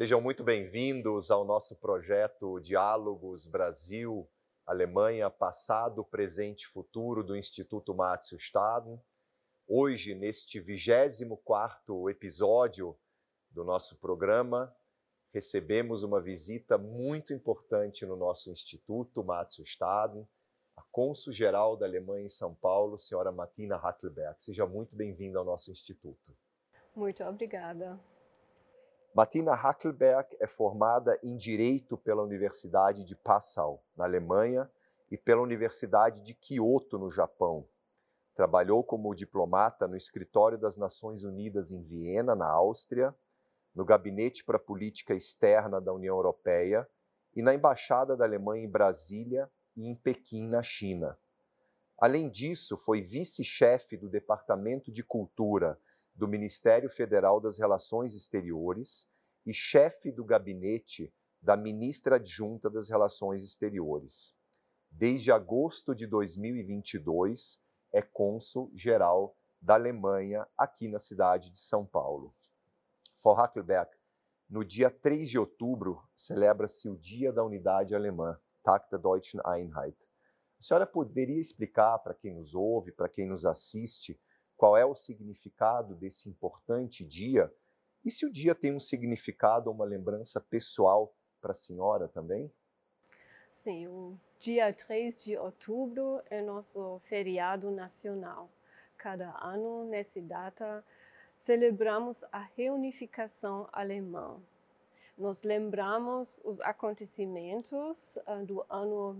Sejam muito bem-vindos ao nosso projeto Diálogos Brasil-Alemanha, passado, presente e futuro do Instituto Max Staden. Hoje, neste 24º episódio do nosso programa, recebemos uma visita muito importante no nosso Instituto Max Staden, a cônsul-geral da Alemanha em São Paulo, senhora Martina Hackelberg. Seja muito bem-vinda ao nosso Instituto. Muito obrigada. Martina Hackelberg é formada em Direito pela Universidade de Passau, na Alemanha, e pela Universidade de Kyoto, no Japão. Trabalhou como diplomata no Escritório das Nações Unidas em Viena, na Áustria, no Gabinete para a Política Externa da União Europeia e na Embaixada da Alemanha em Brasília e em Pequim, na China. Além disso, foi vice-chefe do Departamento de Cultura do Ministério Federal das Relações Exteriores e chefe do gabinete da ministra adjunta das Relações Exteriores. Desde agosto de 2022, é cônsul-geral da Alemanha aqui na cidade de São Paulo. Frau Hackelberg, no dia 3 de outubro, celebra-se o Dia da Unidade Alemã, Tag der Deutschen Einheit. A senhora poderia explicar para quem nos ouve, para quem nos assiste, qual é o significado desse importante dia e se o dia tem um significado ou uma lembrança pessoal para a senhora também? Sim, o dia 3 de outubro é nosso feriado nacional. Cada ano, nessa data, celebramos a reunificação alemã. Nós lembramos os acontecimentos do ano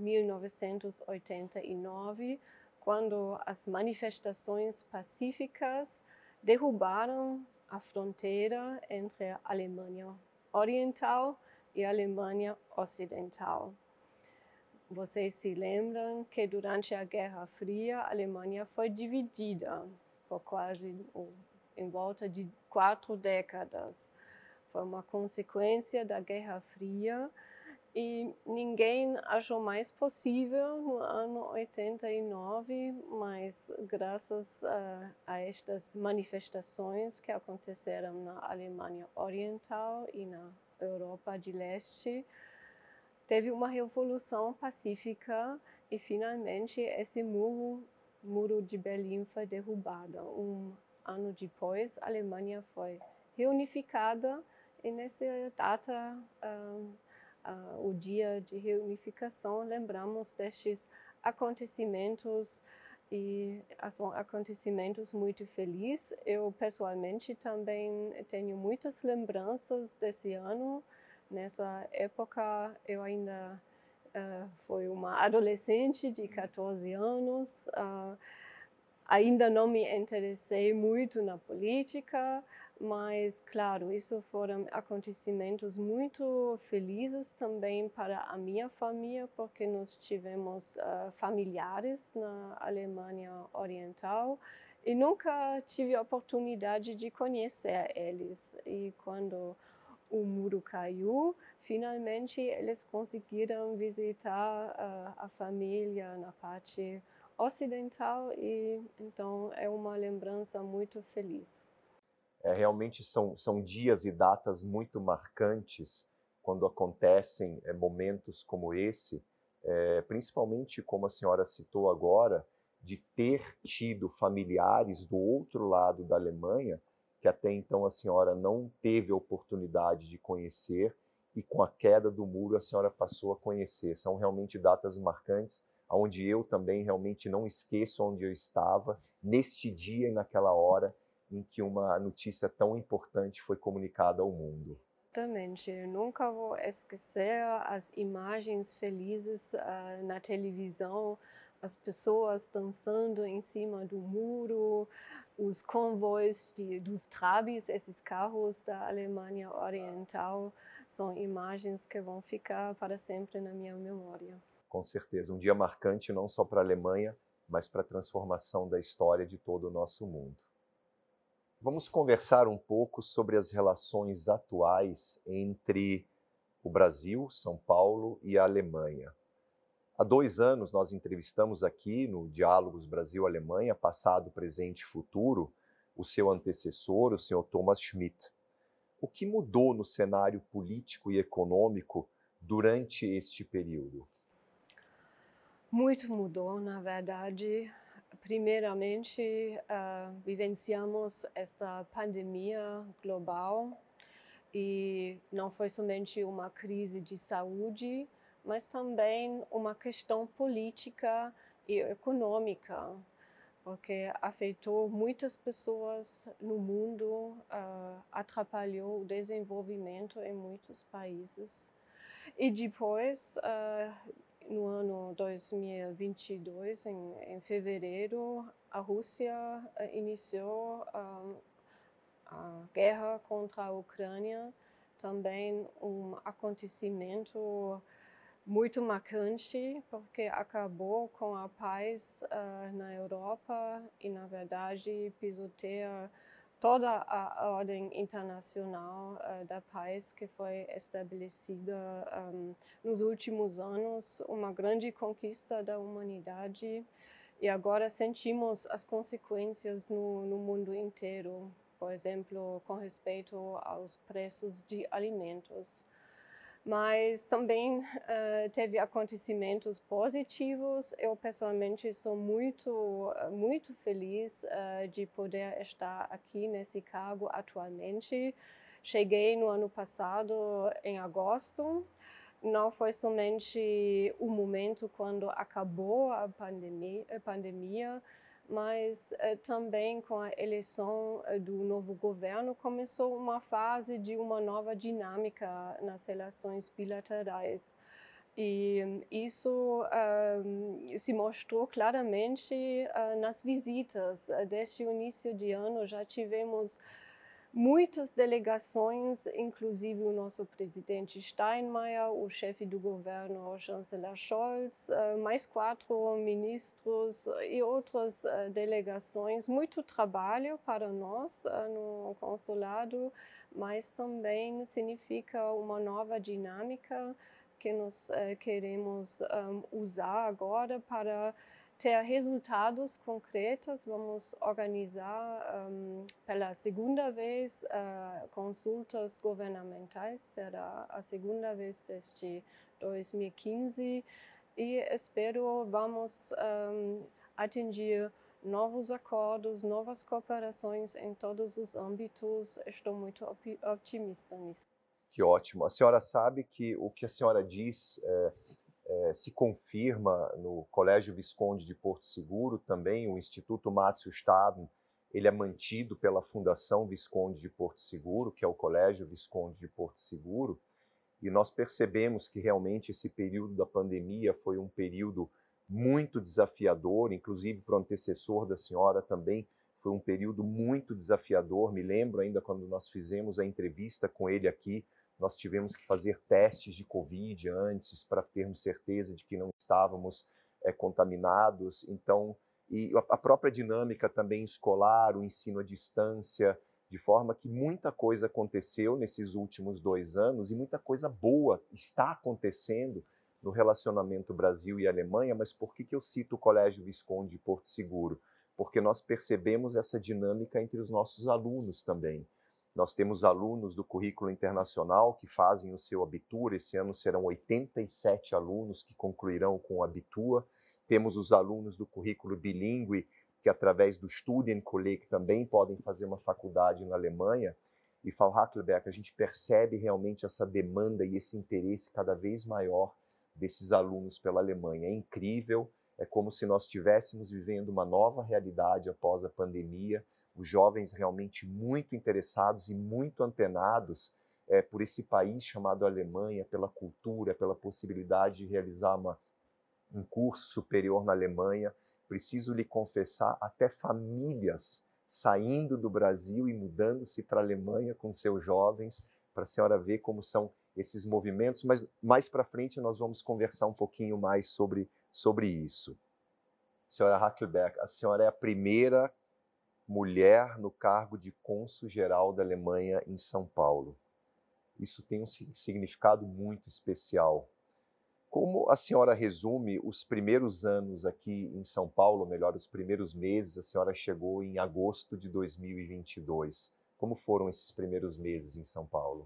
1989, quando as manifestações pacíficas derrubaram a fronteira entre a Alemanha Oriental e a Alemanha Ocidental. Vocês se lembram que durante a Guerra Fria a Alemanha foi dividida por quase em volta de 4 décadas. Foi uma consequência da Guerra Fria e ninguém achou mais possível no ano 89, mas graças a estas manifestações que aconteceram na Alemanha Oriental e na Europa de Leste, teve uma revolução pacífica e finalmente esse muro de Berlim foi derrubado. Um ano depois, a Alemanha foi reunificada e nessa data, o dia de reunificação, lembramos destes acontecimentos e são acontecimentos muito felizes. Eu, pessoalmente, também tenho muitas lembranças desse ano. Nessa época, eu ainda fui uma adolescente de 14 anos, ainda não me interessei muito na política, mas, claro, isso foram acontecimentos muito felizes também para a minha família, porque nós tivemos familiares na Alemanha Oriental e nunca tive a oportunidade de conhecer eles. E quando o muro caiu, finalmente eles conseguiram visitar a família na parte ocidental e então é uma lembrança muito feliz. Realmente são dias e datas muito marcantes quando acontecem momentos como esse, principalmente como a senhora citou agora, de ter tido familiares do outro lado da Alemanha, que até então a senhora não teve a oportunidade de conhecer, e com a queda do muro a senhora passou a conhecer. São realmente datas marcantes, onde eu também realmente não esqueço onde eu estava, neste dia e naquela hora, em que uma notícia tão importante foi comunicada ao mundo. Exatamente, eu nunca vou esquecer as imagens felizes na televisão, as pessoas dançando em cima do muro, os convoys dos Trabis, esses carros da Alemanha Oriental, são imagens que vão ficar para sempre na minha memória. Com certeza, um dia marcante não só para a Alemanha, mas para a transformação da história de todo o nosso mundo. Vamos conversar um pouco sobre as relações atuais entre o Brasil, São Paulo e a Alemanha. Há 2 anos nós entrevistamos aqui no Diálogos Brasil-Alemanha, passado, presente e futuro, o seu antecessor, o senhor Thomas Schmidt. O que mudou no cenário político e econômico durante este período? Muito mudou, na verdade. Primeiramente, vivenciamos esta pandemia global e não foi somente uma crise de saúde, mas também uma questão política e econômica, porque afetou muitas pessoas no mundo, atrapalhou o desenvolvimento em muitos países. E depois, no ano 2022, em fevereiro, a Rússia iniciou a guerra contra a Ucrânia, também um acontecimento muito marcante, porque acabou com a paz na Europa e, na verdade, pisoteia toda a ordem internacional da paz que foi estabelecida nos últimos anos, uma grande conquista da humanidade, e agora sentimos as consequências no mundo inteiro, por exemplo, com respeito aos preços de alimentos. Mas também teve acontecimentos positivos. Eu, pessoalmente, sou muito feliz de poder estar aqui nesse cargo atualmente. Cheguei no ano passado, em agosto. Não foi somente o momento quando acabou a pandemia, mas também com a eleição do novo governo começou uma fase de uma nova dinâmica nas relações bilaterais. E isso se mostrou claramente nas visitas. Desde o início de ano já tivemos muitas delegações, inclusive o nosso presidente Steinmeier, o chefe do governo, o chanceler Scholz, mais 4 ministros e outras delegações. Muito trabalho para nós no consulado, mas também significa uma nova dinâmica que nós queremos usar agora para ter resultados concretos. Vamos organizar pela segunda vez consultas governamentais, será a segunda vez desde 2015, e espero vamos atingir novos acordos, novas cooperações em todos os âmbitos. Estou muito otimista nisso. Que ótimo. A senhora sabe que o que a senhora diz se confirma no Colégio Visconde de Porto Seguro, também o Instituto Márcio Staden, ele é mantido pela Fundação Visconde de Porto Seguro, que é o Colégio Visconde de Porto Seguro, e nós percebemos que realmente esse período da pandemia foi um período muito desafiador, inclusive para o antecessor da senhora também foi um período muito desafiador. Me lembro ainda quando nós fizemos a entrevista com ele aqui, nós tivemos que fazer testes de Covid antes para termos certeza de que não estávamos contaminados. Então, e a própria dinâmica também escolar, o ensino à distância, de forma que muita coisa aconteceu nesses últimos 2 anos e muita coisa boa está acontecendo no relacionamento Brasil e Alemanha. Mas por que eu cito o Colégio Visconde de Porto Seguro? Porque nós percebemos essa dinâmica entre os nossos alunos também. Nós temos alunos do currículo internacional que fazem o seu Abitur. Esse ano serão 87 alunos que concluirão com o Abitur. Temos os alunos do currículo bilíngue que, através do Studienkolleg, também podem fazer uma faculdade na Alemanha. E, Frau Hackelberg, a gente percebe realmente essa demanda e esse interesse cada vez maior desses alunos pela Alemanha. É incrível, é como se nós estivéssemos vivendo uma nova realidade após a pandemia. Os jovens realmente muito interessados e muito antenados por esse país chamado Alemanha, pela cultura, pela possibilidade de realizar um curso superior na Alemanha. Preciso lhe confessar, até famílias saindo do Brasil e mudando-se para a Alemanha com seus jovens, para a senhora ver como são esses movimentos, mas mais para frente nós vamos conversar um pouquinho mais sobre isso. Senhora Hackelberg, a senhora é a primeira mulher no cargo de cônsul-geral da Alemanha em São Paulo. Isso tem um significado muito especial. Como a senhora resume os primeiros anos aqui em São Paulo, ou melhor, os primeiros meses? A senhora chegou em agosto de 2022. Como foram esses primeiros meses em São Paulo?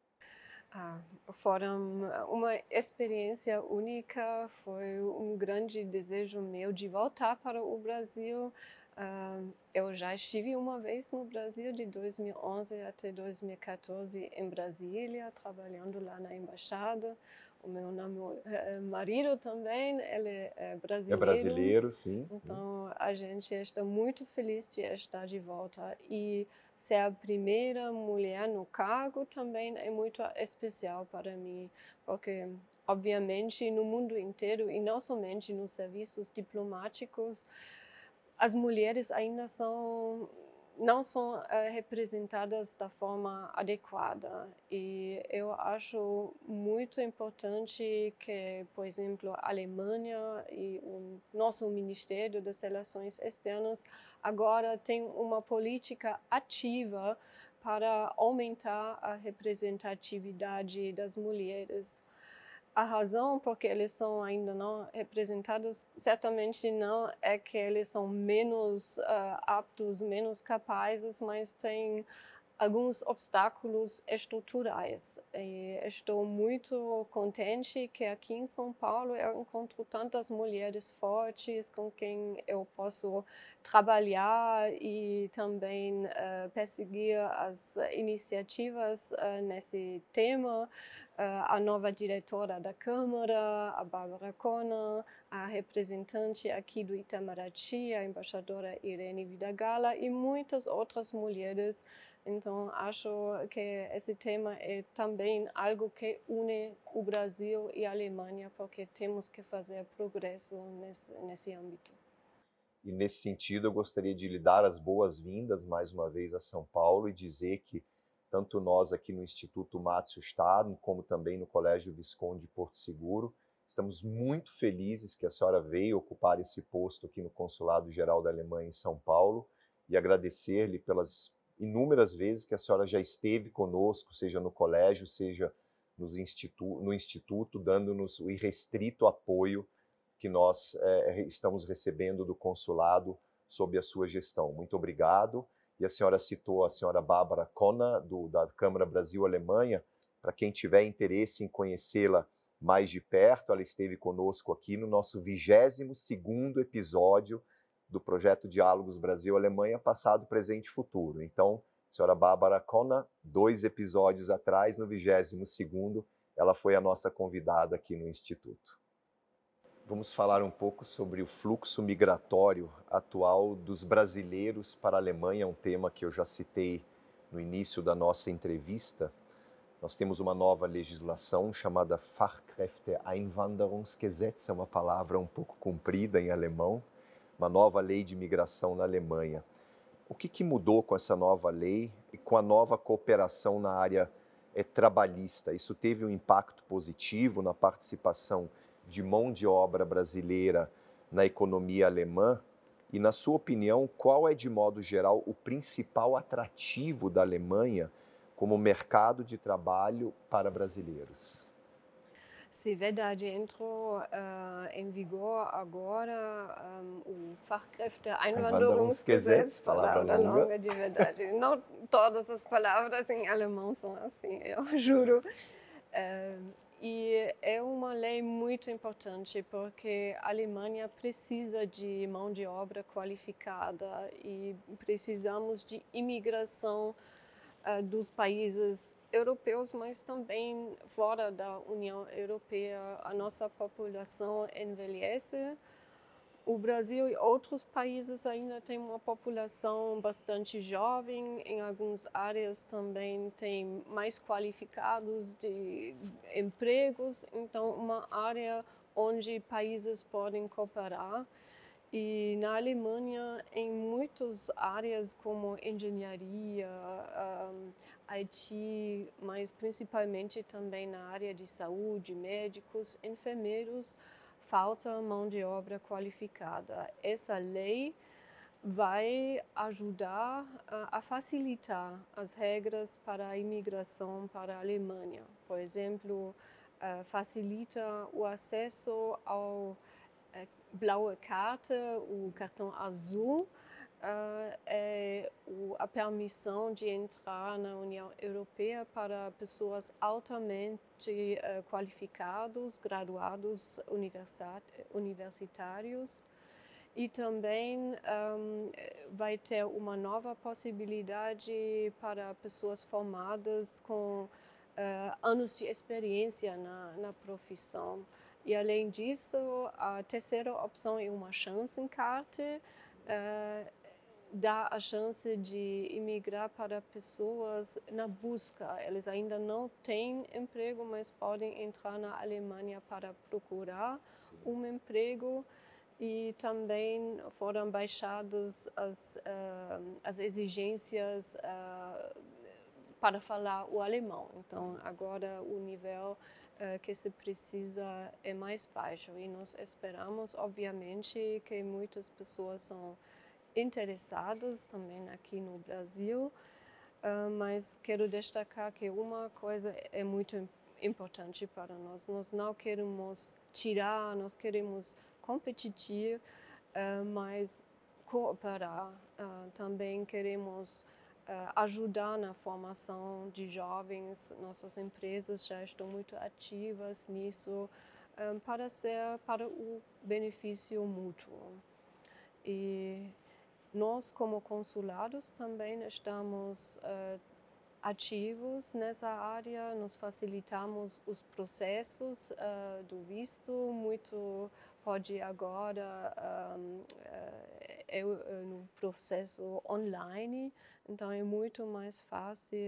Foram uma experiência única, foi um grande desejo meu de voltar para o Brasil. Eu já estive uma vez no Brasil, de 2011 até 2014, em Brasília, trabalhando lá na embaixada. O meu marido também, ele é brasileiro. É brasileiro, sim. Então, a gente está muito feliz de estar de volta. E ser a primeira mulher no cargo também é muito especial para mim, porque, obviamente, no mundo inteiro, e não somente nos serviços diplomáticos, as mulheres ainda não são representadas da forma adequada. E eu acho muito importante que, por exemplo, a Alemanha e o nosso Ministério das Relações Externas agora tem uma política ativa para aumentar a representatividade das mulheres. A razão por que eles são ainda não representados certamente não é que eles são menos aptos, menos capazes, mas tem alguns obstáculos estruturais. E estou muito contente que aqui em São Paulo eu encontro tantas mulheres fortes com quem eu posso trabalhar e também perseguir as iniciativas nesse tema. A nova diretora da Câmara, a Bárbara Cona, a representante aqui do Itamaraty, a embaixadora Irene Vidagala e muitas outras mulheres. Então, acho que esse tema é também algo que une o Brasil e a Alemanha, porque temos que fazer progresso nesse âmbito. E nesse sentido, eu gostaria de lhe dar as boas-vindas mais uma vez a São Paulo e dizer que tanto nós aqui no Instituto Márcio Stadl, como também no Colégio Visconde de Porto Seguro, estamos muito felizes que a senhora veio ocupar esse posto aqui no Consulado Geral da Alemanha em São Paulo e agradecer-lhe pelas inúmeras vezes que a senhora já esteve conosco, seja no colégio, seja no Instituto, dando-nos o irrestrito apoio que nós estamos recebendo do consulado sob a sua gestão. Muito obrigado. E a senhora citou a senhora Bárbara Cona, da Câmara Brasil-Alemanha. Para quem tiver interesse em conhecê-la mais de perto, ela esteve conosco aqui no nosso 22º episódio do projeto Diálogos Brasil-Alemanha, passado, presente e futuro. Então, a senhora Bárbara Cona, 2 episódios atrás, no 22º, ela foi a nossa convidada aqui no Instituto. Vamos falar um pouco sobre o fluxo migratório atual dos brasileiros para a Alemanha, um tema que eu já citei no início da nossa entrevista. Nós temos uma nova legislação chamada Fachkräfteeinwanderungsgesetz, é uma palavra um pouco comprida em alemão, uma nova lei de imigração na Alemanha. O que mudou com essa nova lei e com a nova cooperação na área trabalhista? Isso teve um impacto positivo na participação de mão de obra brasileira na economia alemã? E, na sua opinião, qual é, de modo geral, o principal atrativo da Alemanha como mercado de trabalho para brasileiros? Sim, verdade. Entrou em vigor agora o Fachkräfteeinwanderungsgesetz, palavra longa de verdade. Não todas as palavras em alemão são assim, eu juro. E é uma lei muito importante porque a Alemanha precisa de mão de obra qualificada e precisamos de imigração dos países europeus, mas também fora da União Europeia. A nossa população envelhece. O Brasil e outros países ainda têm uma população bastante jovem, em algumas áreas também tem mais qualificados de empregos, então uma área onde países podem cooperar. E na Alemanha, em muitas áreas como engenharia, IT, mas principalmente também na área de saúde, médicos, enfermeiros, falta mão de obra qualificada. Essa lei vai ajudar a facilitar as regras para a imigração para a Alemanha. Por exemplo, facilita o acesso ao blaue Karte, o cartão azul, é a permissão de entrar na União Europeia para pessoas altamente qualificados, graduados universitários. E também vai ter uma nova possibilidade para pessoas formadas com anos de experiência na profissão. E, além disso, a terceira opção é uma Chancenkarte, dá a chance de imigrar para pessoas na busca. Eles ainda não têm emprego, mas podem entrar na Alemanha para procurar um emprego. E também foram baixadas as exigências para falar o alemão. Então, agora o nível que se precisa é mais baixo. E nós esperamos, obviamente, que muitas pessoas são interessadas também aqui no Brasil, mas quero destacar que uma coisa é muito importante para nós. Nós não queremos tirar, nós queremos competir, mas cooperar. Também queremos ajudar na formação de jovens. Nossas empresas já estão muito ativas nisso, para o benefício mútuo. E nós, como consulados, também estamos ativos nessa área, nós facilitamos os processos do visto, muito pode agora no processo online, então é muito mais fácil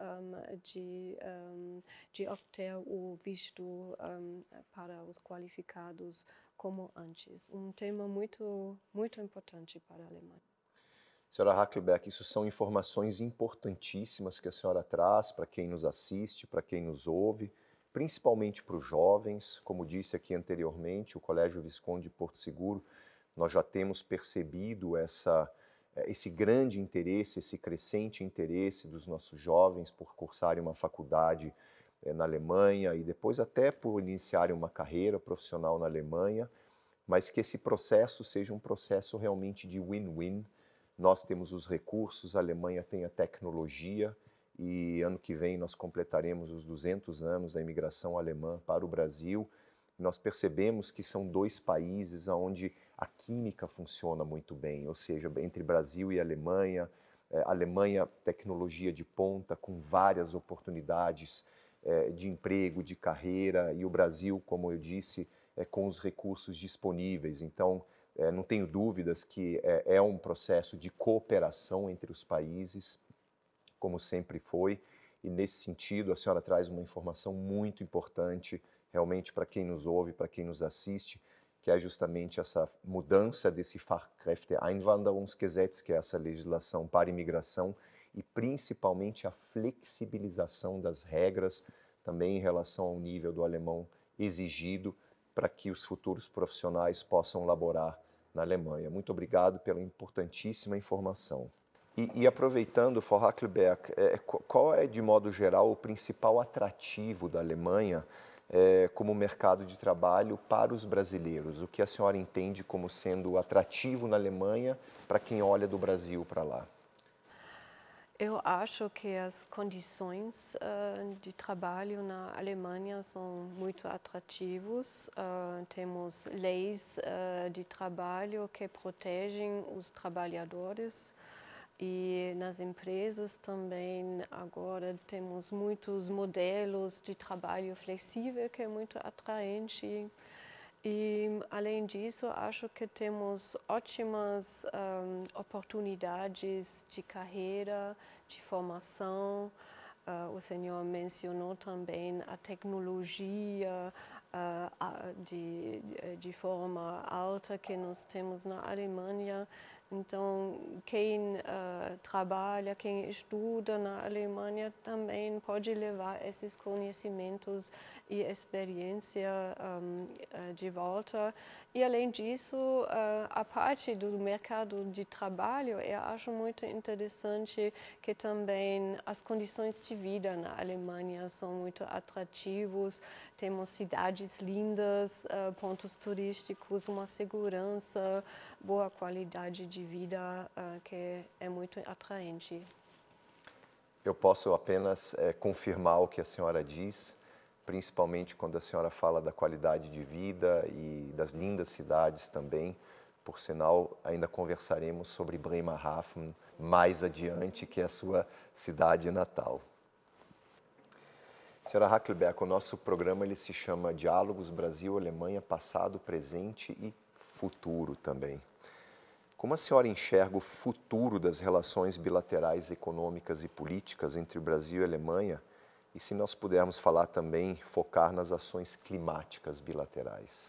de obter o visto para os qualificados como antes. Um tema muito, muito importante para a Alemanha. Senhora Hackelberg, isso são informações importantíssimas que a senhora traz para quem nos assiste, para quem nos ouve, principalmente para os jovens. Como disse aqui anteriormente, o Colégio Visconde de Porto Seguro, nós já temos percebido esse grande interesse, esse crescente interesse dos nossos jovens por cursarem uma faculdade na Alemanha e depois até por iniciarem uma carreira profissional na Alemanha, mas que esse processo seja um processo realmente de win-win. Nós temos os recursos, a Alemanha tem a tecnologia e ano que vem nós completaremos os 200 anos da imigração alemã para o Brasil. Nós percebemos que são dois países onde a química funciona muito bem, ou seja, entre Brasil e Alemanha, Alemanha tecnologia de ponta com várias oportunidades de emprego, de carreira, e o Brasil, como eu disse, com os recursos disponíveis. Então, não tenho dúvidas que é um processo de cooperação entre os países, como sempre foi, e nesse sentido a senhora traz uma informação muito importante, realmente para quem nos ouve, para quem nos assiste, que é justamente essa mudança desse Fachkräfte-Einwanderungsgesetz, que é essa legislação para imigração, e principalmente a flexibilização das regras, também em relação ao nível do alemão exigido, para que os futuros profissionais possam laborar na Alemanha. Muito obrigado pela importantíssima informação. E aproveitando, Frau Hackelberg, qual é, de modo geral, o principal atrativo da Alemanha como mercado de trabalho para os brasileiros? O que a senhora entende como sendo atrativo na Alemanha para quem olha do Brasil para lá? Eu acho que as condições de trabalho na Alemanha são muito atrativas. Temos leis de trabalho que protegem os trabalhadores e nas empresas também agora temos muitos modelos de trabalho flexível que é muito atraente. E, além disso, acho que temos ótimas oportunidades de carreira, de formação. O senhor mencionou também a tecnologia de forma alta que nós temos na Alemanha. Então, quem trabalha, quem estuda na Alemanha também pode levar esses conhecimentos e experiência de volta. E, além disso, a parte do mercado de trabalho, eu acho muito interessante que também as condições de vida na Alemanha são muito atrativas. Temos cidades lindas, pontos turísticos, uma segurança, boa qualidade de vida que é muito atraente. Eu posso apenas confirmar o que a senhora diz, principalmente quando a senhora fala da qualidade de vida e das lindas cidades também. Por sinal, ainda conversaremos sobre Bremerhaven mais adiante, que é a sua cidade natal. Senhora Hackelberg, o nosso programa ele se chama Diálogos Brasil-Alemanha, Passado, Presente e Futuro também. Como a senhora enxerga o futuro das relações bilaterais econômicas e políticas entre o Brasil e a Alemanha? E se nós pudermos falar também, focar nas ações climáticas bilaterais?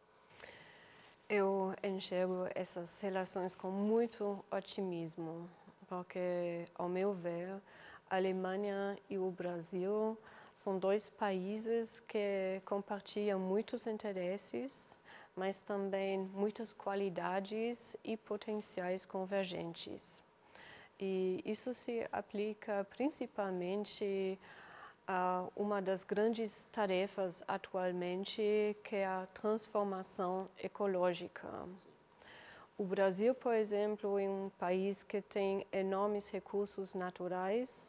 Eu enxergo essas relações com muito otimismo, porque, ao meu ver, a Alemanha e o Brasil são dois países que compartilham muitos interesses, mas também muitas qualidades e potenciais convergentes. E isso se aplica principalmente a uma das grandes tarefas atualmente, que é a transformação ecológica. O Brasil, por exemplo, é um país que tem enormes recursos naturais,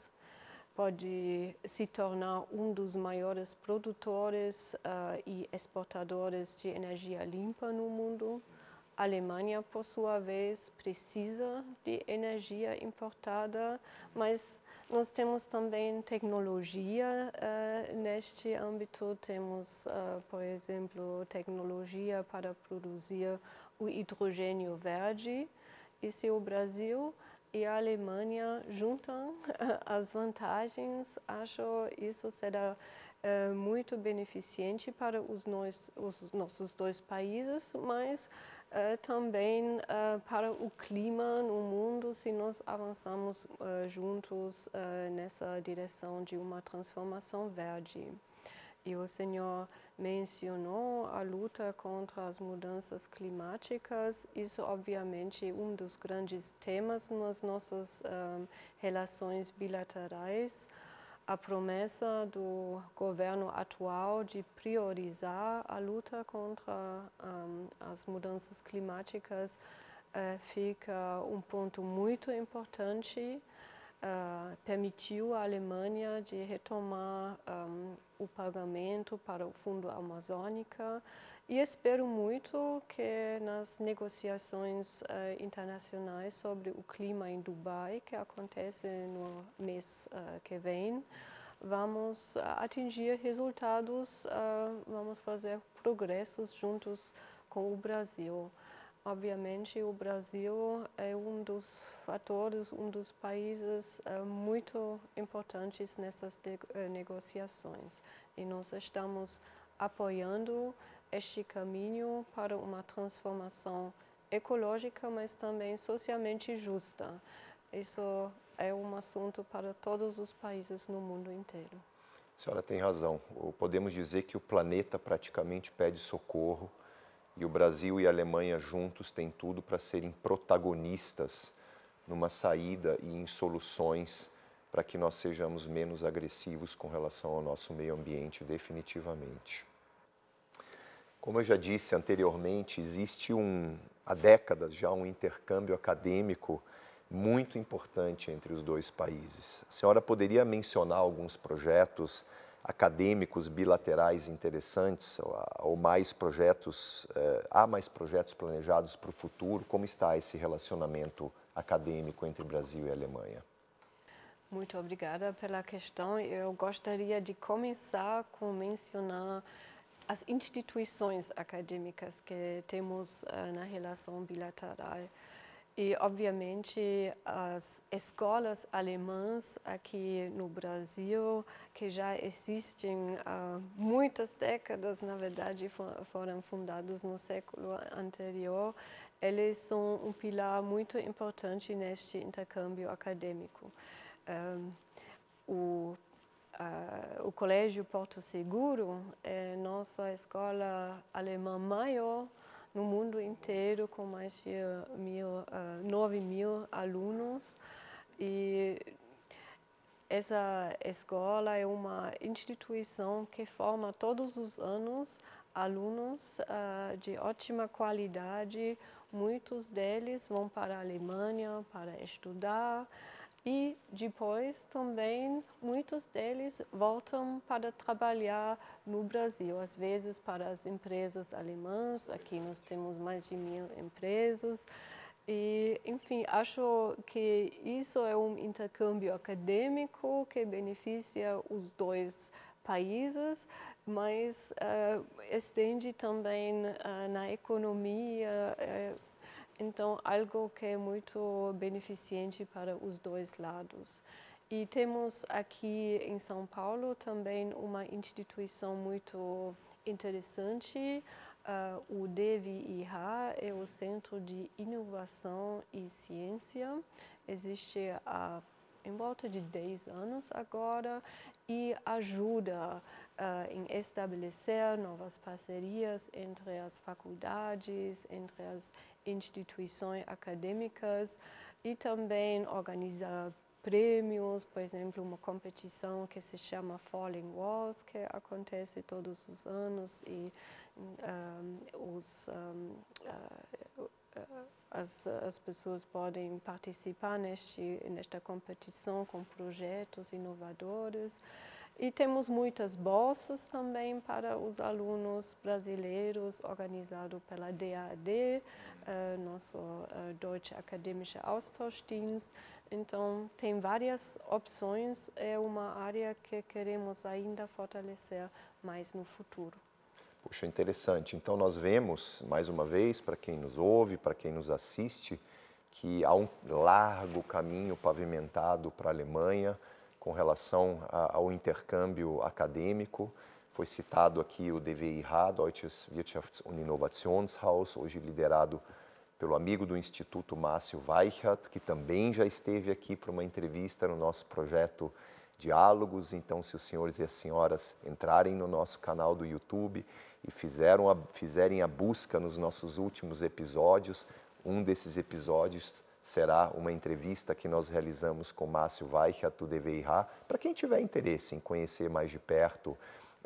pode se tornar um dos maiores produtores e exportadores de energia limpa no mundo. A Alemanha, por sua vez, precisa de energia importada, mas nós temos também tecnologia neste âmbito. Temos, por exemplo, tecnologia para produzir o hidrogênio verde. E se o Brasil e a Alemanha juntam as vantagens, acho isso será muito beneficente para os nossos dois países, mas também para o clima no mundo, se nós avançamos juntos nessa direção de uma transformação verde. E o senhor mencionou a luta contra as mudanças climáticas. Isso, obviamente, é um dos grandes temas nas nossas relações bilaterais. A promessa do governo atual de priorizar a luta contra as mudanças climáticas fica um ponto muito importante. Permitiu à Alemanha de retomar o pagamento para o Fundo Amazônico, e espero muito que nas negociações internacionais sobre o clima em Dubai, que acontece no mês que vem, vamos atingir resultados, vamos fazer progressos juntos com o Brasil. Obviamente, o Brasil é um dos fatores, um dos países muito importantes nessas negociações. E nós estamos apoiando este caminho para uma transformação ecológica, mas também socialmente justa. Isso é um assunto para todos os países no mundo inteiro. A senhora tem razão. Podemos dizer que o planeta praticamente pede socorro. E o Brasil e a Alemanha juntos têm tudo para serem protagonistas numa saída e em soluções para que nós sejamos menos agressivos com relação ao nosso meio ambiente, definitivamente. Como eu já disse anteriormente, existe há décadas já um intercâmbio acadêmico muito importante entre os dois países. A senhora poderia mencionar alguns projetos acadêmicos bilaterais interessantes, ou mais projetos, há mais projetos planejados para o futuro? Como está esse relacionamento acadêmico entre Brasil e Alemanha? Muito obrigada pela questão. Eu gostaria de começar com mencionar as instituições acadêmicas que temos na relação bilateral. E, obviamente, as escolas alemãs aqui no Brasil, que já existem há muitas décadas, na verdade, foram fundadas no século anterior, eles são um pilar muito importante neste intercâmbio acadêmico. O Colégio Porto Seguro é nossa escola alemã maior no mundo inteiro, com mais de 9.000 alunos. E essa escola é uma instituição que forma todos os anos alunos de ótima qualidade, muitos deles vão para a Alemanha para estudar e depois também muitos deles voltam para trabalhar no Brasil, às vezes para as empresas alemãs. Aqui nós temos mais de 1000 empresas. E, enfim, acho que isso é um intercâmbio acadêmico que beneficia os dois países, mas estende também na economia, então algo que é muito beneficente para os dois lados. E temos aqui em São Paulo também uma instituição muito interessante. O DVIH é o Centro de Inovação e Ciência. Existe há em volta de 10 anos agora e ajuda em estabelecer novas parcerias entre as faculdades, entre as instituições acadêmicas e também organiza prêmios, por exemplo, uma competição que se chama Falling Walls, que acontece todos os anos e as pessoas podem participar nesta competição com projetos inovadores. E temos muitas bolsas também para os alunos brasileiros, organizado pela DAAD, nosso Deutsche Akademische Austauschdienst. Então, tem várias opções, é uma área que queremos ainda fortalecer mais no futuro. Puxa, interessante. Então, nós vemos, mais uma vez, para quem nos ouve, para quem nos assiste, que há um largo caminho pavimentado para a Alemanha com relação ao intercâmbio acadêmico. Foi citado aqui o DWIH, Deutsches Wirtschafts- und Innovationshaus, hoje liderado pelo amigo do Instituto Márcio Weichert, que também já esteve aqui para uma entrevista no nosso projeto Diálogos. Então, se os senhores e as senhoras entrarem no nosso canal do YouTube e fizerem a busca nos nossos últimos episódios, um desses episódios será uma entrevista que nós realizamos com Márcio Weichert do DWIH, para quem tiver interesse em conhecer mais de perto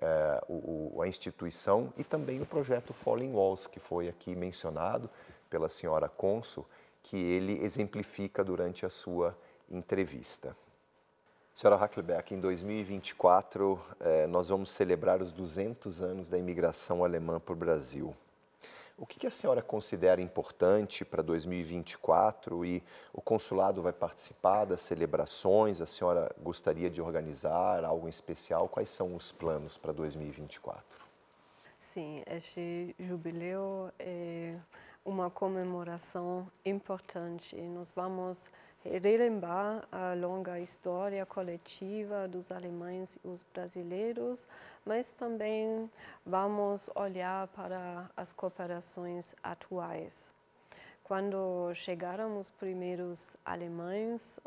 a instituição e também o projeto Falling Walls, que foi aqui mencionado pela senhora cônsul, que ele exemplifica durante a sua entrevista. Senhora Hackelberg, em 2024 nós vamos celebrar os 200 anos da imigração alemã para o Brasil. O que a senhora considera importante para 2024 e o consulado vai participar das celebrações? A senhora gostaria de organizar algo em especial? Quais são os planos para 2024? Sim, este jubileu é uma comemoração importante. Nós vamos relembrar a longa história coletiva dos alemães e os brasileiros, mas também vamos olhar para as cooperações atuais. Quando chegaram os primeiros alemães,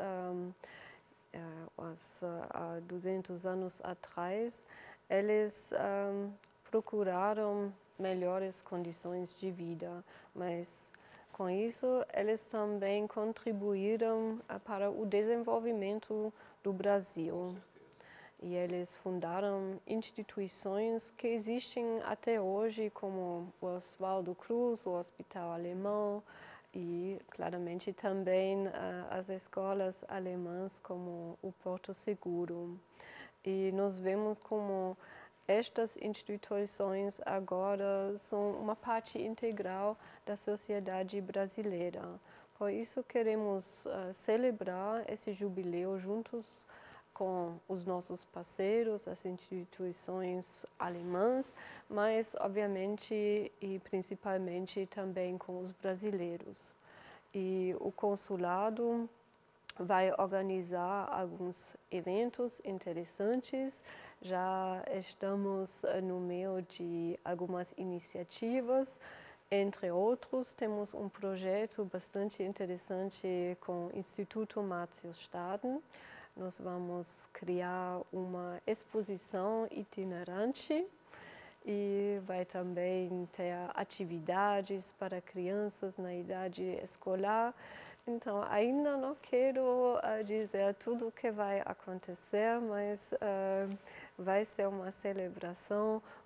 há 200 anos atrás, eles procuraram melhores condições de vida, mas com isso eles também contribuíram para o desenvolvimento do Brasil. E eles fundaram instituições que existem até hoje, como o Oswaldo Cruz, o Hospital Alemão, e claramente também as escolas alemãs, como o Porto Seguro. E nós vemos como estas instituições agora são uma parte integral da sociedade brasileira. Por isso queremos celebrar esse jubileu juntos com os nossos parceiros, as instituições alemãs, mas obviamente e principalmente também com os brasileiros. E o consulado vai organizar alguns eventos interessantes. Já estamos no meio de algumas iniciativas. Entre outros, temos um projeto bastante interessante com o Instituto Márcio Staden. Nós vamos criar uma exposição itinerante e vai também ter atividades para crianças na idade escolar. Então, ainda não quero dizer tudo o que vai acontecer, mas vai ser uma celebração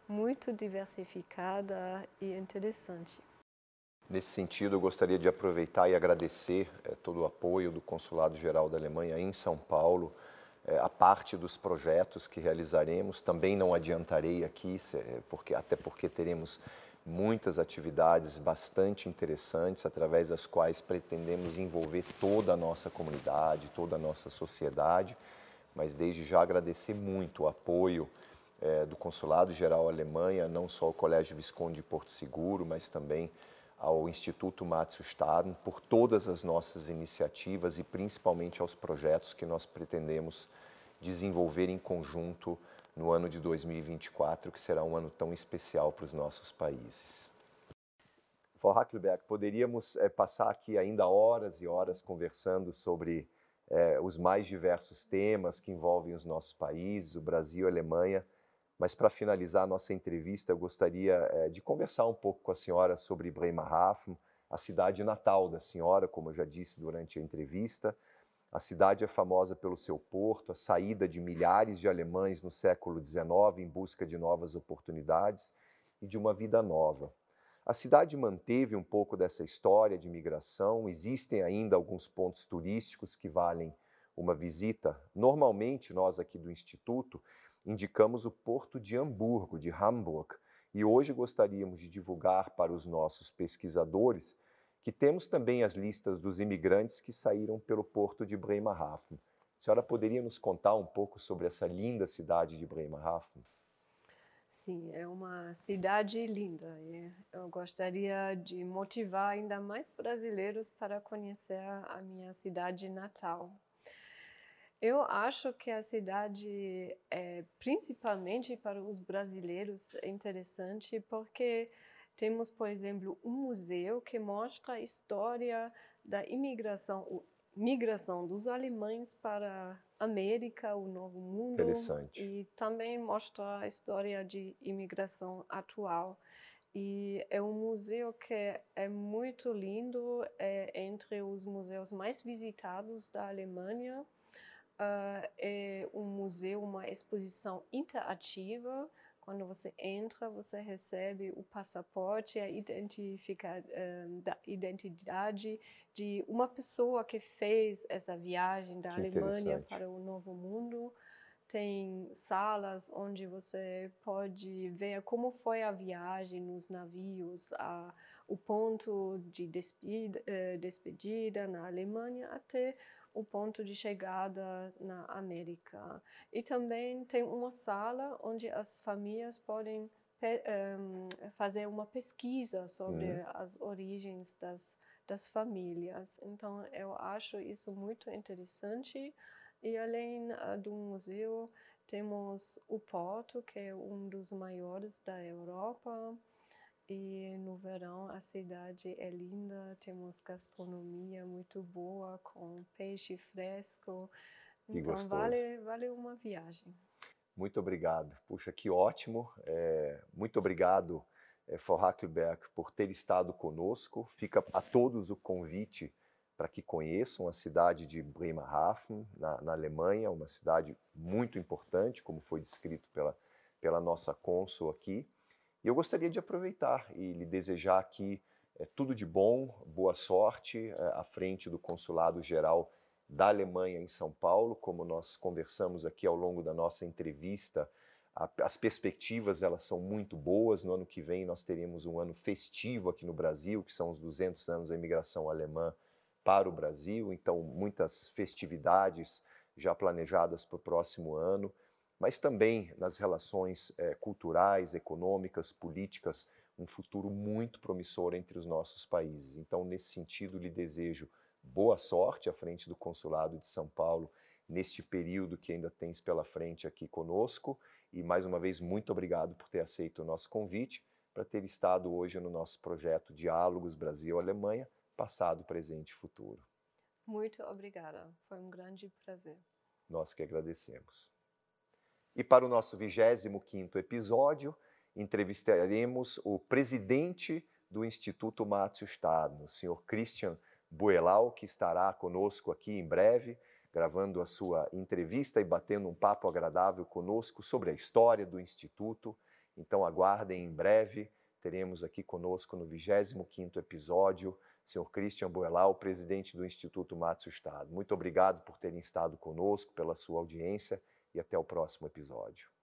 muito diversificada e interessante. Nesse sentido, eu gostaria de aproveitar e agradecer todo o apoio do Consulado-Geral da Alemanha em São Paulo, a parte dos projetos que realizaremos. Também não adiantarei aqui, até porque teremos muitas atividades bastante interessantes, através das quais pretendemos envolver toda a nossa comunidade, toda a nossa sociedade, mas desde já agradecer muito o apoio do Consulado-Geral Alemanha, não só ao Colégio Visconde de Porto Seguro, mas também ao Instituto Matsustaden, por todas as nossas iniciativas e principalmente aos projetos que nós pretendemos desenvolver em conjunto no ano de 2024, que será um ano tão especial para os nossos países. Frau Hackelberg, poderíamos passar aqui ainda horas e horas conversando sobre os mais diversos temas que envolvem os nossos países, o Brasil e a Alemanha, mas para finalizar a nossa entrevista, eu gostaria de conversar um pouco com a senhora sobre Bremerhaven, a cidade natal da senhora, como eu já disse durante a entrevista. A cidade é famosa pelo seu porto, a saída de milhares de alemães no século XIX em busca de novas oportunidades e de uma vida nova. A cidade manteve um pouco dessa história de migração, existem ainda alguns pontos turísticos que valem uma visita. Normalmente, nós aqui do Instituto indicamos o porto de Hamburgo, de Hamburg, e hoje gostaríamos de divulgar para os nossos pesquisadores que temos também as listas dos imigrantes que saíram pelo porto de Bremerhaven. A senhora poderia nos contar um pouco sobre essa linda cidade de Bremerhaven? Sim, é uma cidade linda e eu gostaria de motivar ainda mais brasileiros para conhecer a minha cidade natal. Eu acho que a cidade principalmente para os brasileiros, é interessante porque temos, por exemplo, um museu que mostra a história da migração dos alemães para a América, o Novo Mundo, Interessante. e também mostra a história de imigração atual. E é um museu que é muito lindo, é entre os museus mais visitados da Alemanha. É um museu, uma exposição interativa. Quando você entra, você recebe o passaporte, a identidade de uma pessoa que fez essa viagem da Alemanha para o Novo Mundo. Tem salas onde você pode ver como foi a viagem nos navios, o ponto de despedida na Alemanha até o ponto de chegada na América. E também tem uma sala onde as famílias podem fazer uma pesquisa sobre as origens das famílias. Então, eu acho isso muito interessante. E além do museu, temos o porto, que é um dos maiores da Europa. E no verão a cidade é linda, temos gastronomia muito boa, com peixe fresco. Então vale uma viagem. Muito obrigado. Puxa, que ótimo. Muito obrigado, Frau Hackelberg, por ter estado conosco. Fica a todos o convite para que conheçam a cidade de Bremerhaven, na Alemanha, uma cidade muito importante, como foi descrito pela nossa cônsul aqui. E eu gostaria de aproveitar e lhe desejar aqui tudo de bom, boa sorte à frente do Consulado-Geral da Alemanha em São Paulo. Como nós conversamos aqui ao longo da nossa entrevista, as perspectivas elas são muito boas. No ano que vem nós teremos um ano festivo aqui no Brasil, que são os 200 anos da imigração alemã para o Brasil, então muitas festividades já planejadas para o próximo ano, mas também nas relações culturais, econômicas, políticas, um futuro muito promissor entre os nossos países. Então, nesse sentido, lhe desejo boa sorte à frente do Consulado de São Paulo, neste período que ainda tens pela frente aqui conosco, e mais uma vez, muito obrigado por ter aceito o nosso convite, para ter estado hoje no nosso projeto Diálogos Brasil-Alemanha, passado, presente e futuro. Muito obrigada, foi um grande prazer. Nós que agradecemos. E para o nosso 25º episódio, entrevistaremos o presidente do Instituto Matsustaden, o senhor Christian Buelau, que estará conosco aqui em breve, gravando a sua entrevista e batendo um papo agradável conosco sobre a história do Instituto Então aguardem em breve, teremos aqui conosco no 25º episódio, Sr. Christian Boelau, presidente do Instituto Matsushita. Muito obrigado por terem estado conosco, pela sua audiência e até o próximo episódio.